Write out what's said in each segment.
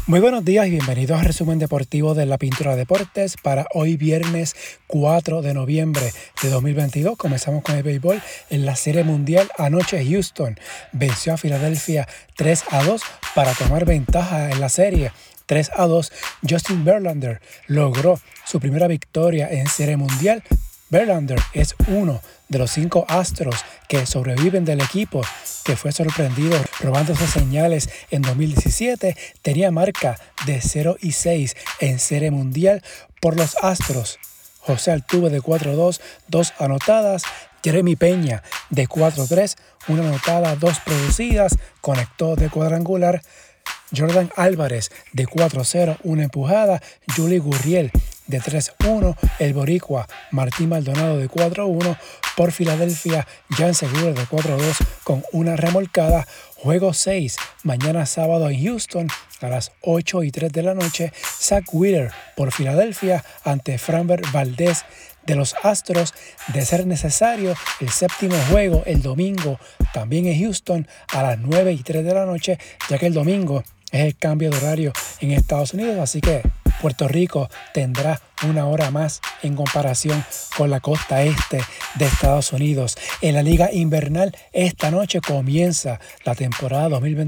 Muy buenos días y bienvenidos al resumen deportivo de La Pintura Deportes para hoy viernes 4 de noviembre de 2022. Comenzamos con el béisbol en la Serie Mundial. Anoche Houston venció a Filadelfia 3-2 para tomar ventaja en la serie. 3-2, Justin Verlander logró su primera victoria en Serie Mundial. Verlander es uno de los 5 astros que sobreviven del equipo que fue sorprendido robándose señales en 2017. Tenía marca de 0-6 en Serie Mundial por los Astros. José Altuve de 4-2, 2 anotadas. Jeremy Peña de 4-3, 1 anotada, 2 producidas, conectó de cuadrangular. Jordan Álvarez de 4-0, 1 empujada. Yuli Gurriel de 3-1, el boricua Martín Maldonado de 4-1, por Filadelfia, Jan Segura de 4-2 con 1 remolcada. Juego 6, mañana sábado en Houston a las 8:03 de la noche. Zach Wheeler por Filadelfia ante Framber Valdez de los Astros. De ser necesario, el séptimo juego el domingo también en Houston a las 9:03 de la noche, ya que el domingo es el cambio de horario en Estados Unidos, así que Puerto Rico tendrá 1 hora más en comparación con la costa este de Estados Unidos. En la Liga Invernal, esta noche comienza la temporada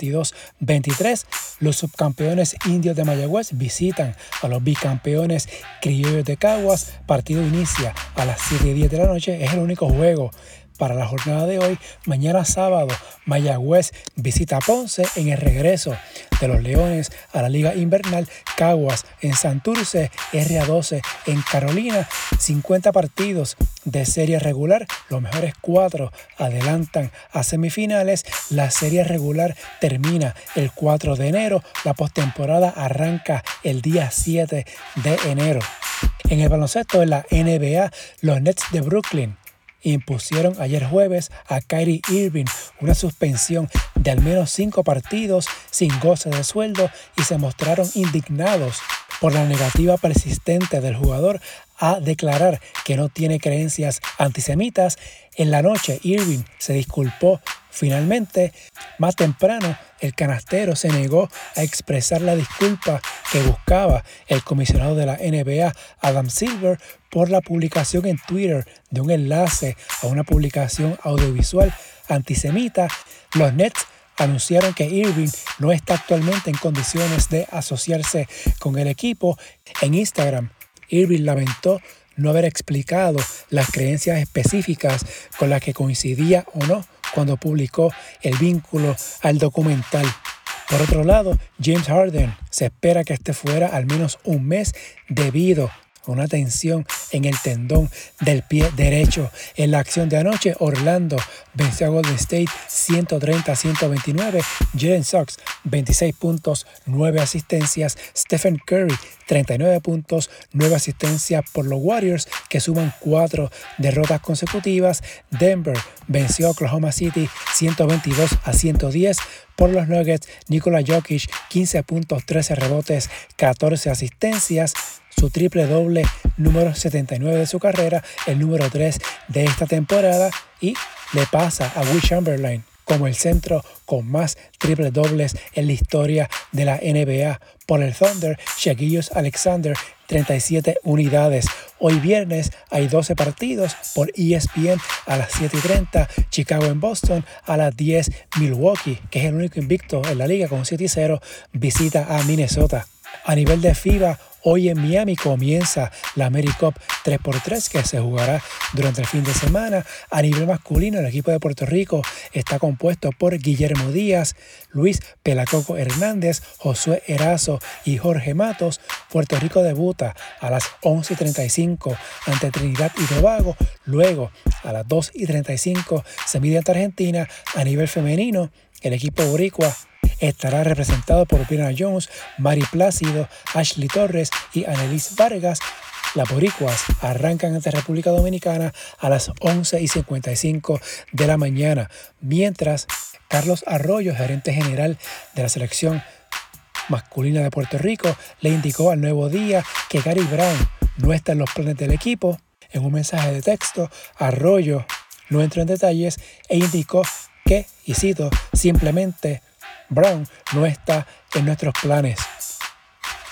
2022-23. Los subcampeones indios de Mayagüez visitan a los bicampeones criollos de Caguas. Partido inicia a las 7:10 de la noche. Es el único juego para la jornada de hoy. Mañana sábado, Mayagüez visita a Ponce en el regreso de los Leones a la Liga Invernal. Caguas en Santurce, RA12 en Carolina. 50 partidos de serie regular. Los mejores 4 adelantan a semifinales. La serie regular termina el 4 de enero. La postemporada arranca el día 7 de enero. En el baloncesto de la NBA, los Nets de Brooklyn impusieron ayer jueves a Kyrie Irving una suspensión de al menos 5 partidos sin goce de sueldo y se mostraron indignados por la negativa persistente del jugador a declarar que no tiene creencias antisemitas. En la noche, Irving se disculpó finalmente. Más temprano, el canastero se negó a expresar la disculpa que buscaba el comisionado de la NBA, Adam Silver, por la publicación en Twitter de un enlace a una publicación audiovisual antisemita. Los Nets anunciaron que Irving no está actualmente en condiciones de asociarse con el equipo. En Instagram, Irving lamentó no haber explicado las creencias específicas con las que coincidía o no cuando publicó el vínculo al documental. Por otro lado, James Harden se espera que esté fuera al menos un mes debido a una tensión en el tendón del pie derecho. En la acción de anoche, Orlando venció a Golden State 130-129. Jalen Suggs, 26 puntos, 9 asistencias. Stephen Curry, 39 puntos, 9 asistencias por los Warriors, que suman 4 derrotas consecutivas. Denver venció a Oklahoma City 122-110. Por los Nuggets, Nikola Jokic, 15 puntos, 13 rebotes, 14 asistencias. Su triple doble número 79 de su carrera, el número 3 de esta temporada, y le pasa a Will Chamberlain como el centro con más triple dobles en la historia de la NBA. Por el Thunder, Shai Gilgeous-Alexander, 37 unidades. Hoy viernes hay 12 partidos por ESPN a las 7:30. Chicago en Boston a las 10. Milwaukee, que es el único invicto en la liga con 7-0, visita a Minnesota. A nivel de FIBA, hoy en Miami comienza la AmeriCup 3x3 que se jugará durante el fin de semana. A nivel masculino, el equipo de Puerto Rico está compuesto por Guillermo Díaz, Luis Pelacoco Hernández, Josué Erazo y Jorge Matos. Puerto Rico debuta a las 11:35 ante Trinidad y Tobago. Luego, a las 2:35 se mide ante Argentina. A nivel femenino, el equipo boricua estará representado por Brianna Jones, Mari Plácido, Ashley Torres y Annelise Vargas. Las boricuas arrancan ante República Dominicana a las 11:55 de la mañana, mientras Carlos Arroyo, gerente general de la selección masculina de Puerto Rico, le indicó al Nuevo Día que Gary Brown no está en los planes del equipo. En un mensaje de texto, Arroyo no entró en detalles e indicó que, y cito, simplemente Brown no está en nuestros planes.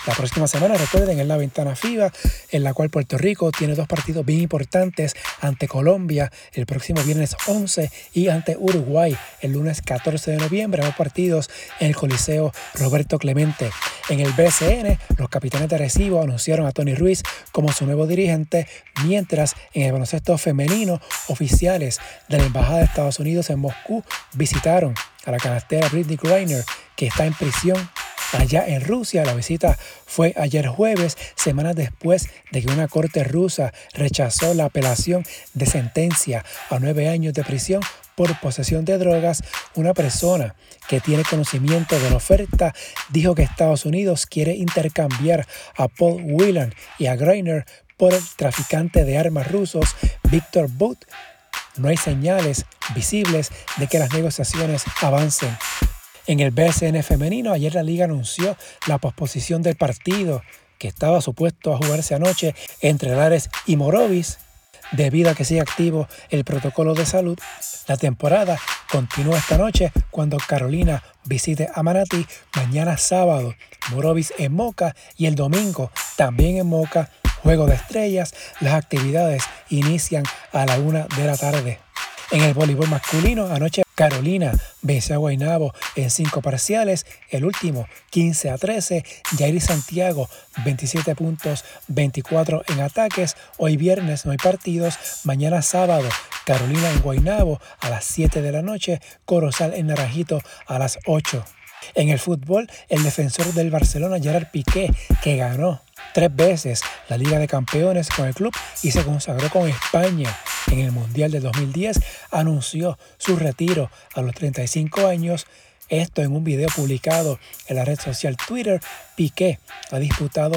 La próxima semana, recuerden, es la ventana FIBA, en la cual Puerto Rico tiene dos partidos bien importantes ante Colombia el próximo viernes 11 y ante Uruguay el lunes 14 de noviembre, ambos partidos en el Coliseo Roberto Clemente. En el BCN, los capitanes de Arecibo anunciaron a Tony Ruiz como su nuevo dirigente, mientras en el baloncesto femenino, oficiales de la Embajada de Estados Unidos en Moscú visitaron a la canastera Brittney Griner, que está en prisión allá en Rusia. La visita fue ayer jueves, semanas después de que una corte rusa rechazó la apelación de sentencia a 9 años de prisión por posesión de drogas. Una persona que tiene conocimiento de la oferta dijo que Estados Unidos quiere intercambiar a Paul Whelan y a Griner por el traficante de armas rusos Viktor Bout. No hay señales visibles de que las negociaciones avancen. En el BCN femenino, ayer la liga anunció la posposición del partido que estaba supuesto a jugarse anoche entre Lares y Morovis, debido a que sigue activo el protocolo de salud. La temporada continúa esta noche cuando Carolina visite a Manatí, mañana sábado Morovis en Moca y el domingo también en Moca, Juego de Estrellas. Las actividades inician a la 1 de la tarde. En el voleibol masculino, anoche Carolina venció a Guaynabo en 5 parciales, el último 15-13, Yairi Santiago 27 puntos, 24 en ataques. Hoy viernes no hay partidos, mañana sábado Carolina en Guaynabo a las 7 de la noche, Corozal en Naranjito a las 8. En el fútbol, el defensor del Barcelona, Gerard Piqué, que ganó 3 veces la Liga de Campeones con el club y se consagró con España en el Mundial de 2010, anunció su retiro a los 35 años. Esto en un video publicado en la red social Twitter. Piqué ha disputado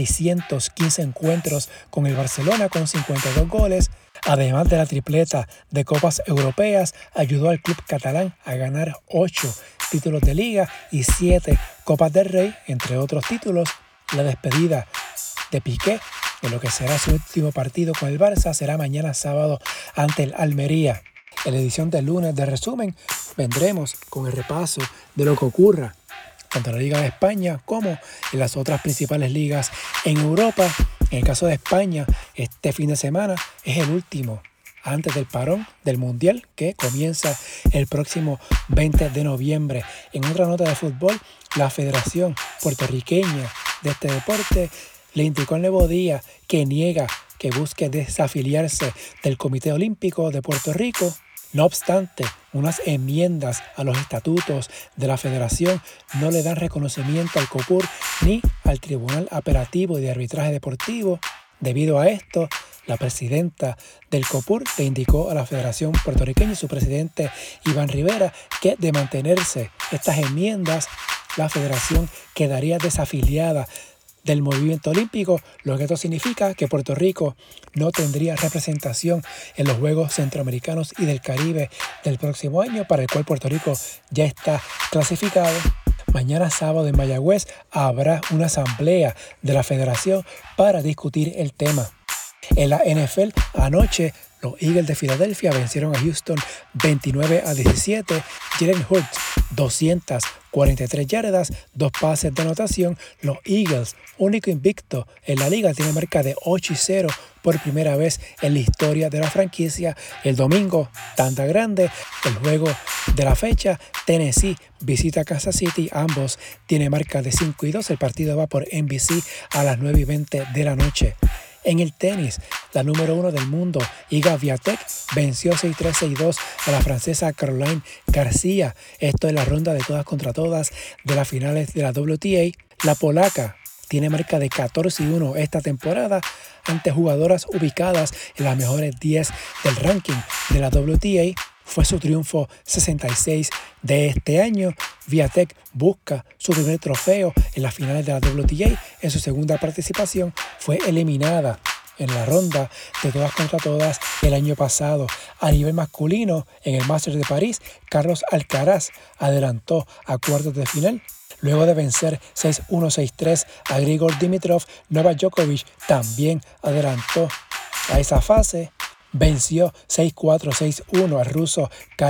615 encuentros con el Barcelona con 52 goles. Además de la tripleta de Copas Europeas, ayudó al club catalán a ganar 8 títulos de Liga y 7 Copas del Rey, entre otros títulos. La despedida de Piqué, en lo que será su último partido con el Barça, será mañana sábado ante el Almería. En la edición del lunes de resumen, vendremos con el repaso de lo que ocurra tanto en la Liga de España como en las otras principales ligas en Europa. En el caso de España, este fin de semana es el último antes del parón del Mundial, que comienza el próximo 20 de noviembre. En otra nota de fútbol, la Federación Puertorriqueña de este deporte le indicó al Nuevo Día que niega que busque desafiliarse del Comité Olímpico de Puerto Rico. No obstante, unas enmiendas a los estatutos de la federación no le dan reconocimiento al COPUR ni al Tribunal Apelativo y de Arbitraje Deportivo. Debido a esto, la presidenta del COPUR le indicó a la Federación Puertorriqueña y su presidente Iván Rivera que de mantenerse estas enmiendas, la federación quedaría desafiliada del movimiento olímpico, lo que esto significa que Puerto Rico no tendría representación en los Juegos Centroamericanos y del Caribe del próximo año, para el cual Puerto Rico ya está clasificado. Mañana sábado en Mayagüez habrá una asamblea de la federación para discutir el tema. En la NFL, anoche los Eagles de Filadelfia vencieron a Houston 29-17. Jalen Hurts, 243 yardas, 2 pases de anotación. Los Eagles, único invicto en la liga, tiene marca de 8-0 por primera vez en la historia de la franquicia. El domingo, tanda grande, el juego de la fecha, Tennessee visita Kansas City. Ambos tienen marca de 5-2. El partido va por NBC a las 9:20 de la noche. En el tenis, la número 1 del mundo, Iga Swiatek, venció 6-3-6-2 a la francesa Caroline García. Esto es la ronda de todas contra todas de las finales de la WTA. La polaca tiene marca de 14-1 esta temporada ante jugadoras ubicadas en las mejores 10 del ranking de la WTA. Fue su triunfo 66 de este año. Swiatek busca su primer trofeo en las finales de la WTA. En su segunda participación fue eliminada en la ronda de todas contra todas el año pasado. A nivel masculino, en el Masters de París, Carlos Alcaraz adelantó a cuartos de final. Luego de vencer 6-1, 6-3 a Grigor Dimitrov, Novak Djokovic también adelantó a esa fase. Venció 6-4, 6-1 al ruso Karen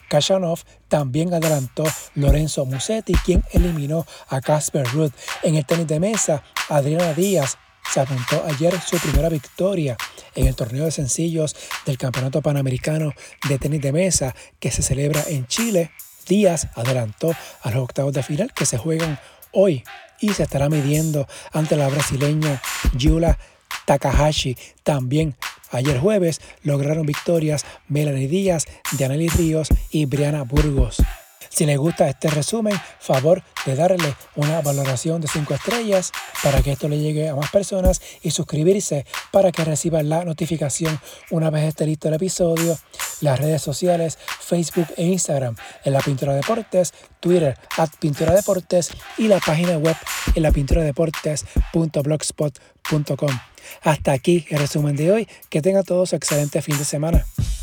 Khachanov. También adelantó Lorenzo Musetti, quien eliminó a Casper Ruud. En el tenis de mesa, Adriana Díaz se apuntó ayer su primera victoria en el torneo de sencillos del Campeonato Panamericano de Tenis de Mesa que se celebra en Chile. Díaz adelantó a los octavos de final que se juegan hoy y se estará midiendo ante la brasileña Giulia Takahashi. También ayer jueves lograron victorias Melanie Díaz, Dianely Ríos y Briana Burgos. Si les gusta este resumen, favor de darle una valoración de 5 estrellas para que esto le llegue a más personas y suscribirse para que reciban la notificación una vez esté listo el episodio. Las redes sociales, Facebook e Instagram en La Pintura Deportes, Twitter @PinturaDeportes y la página web en lapinturadeportes.blogspot.com. Hasta aquí el resumen de hoy. Que tengan todos un excelente fin de semana.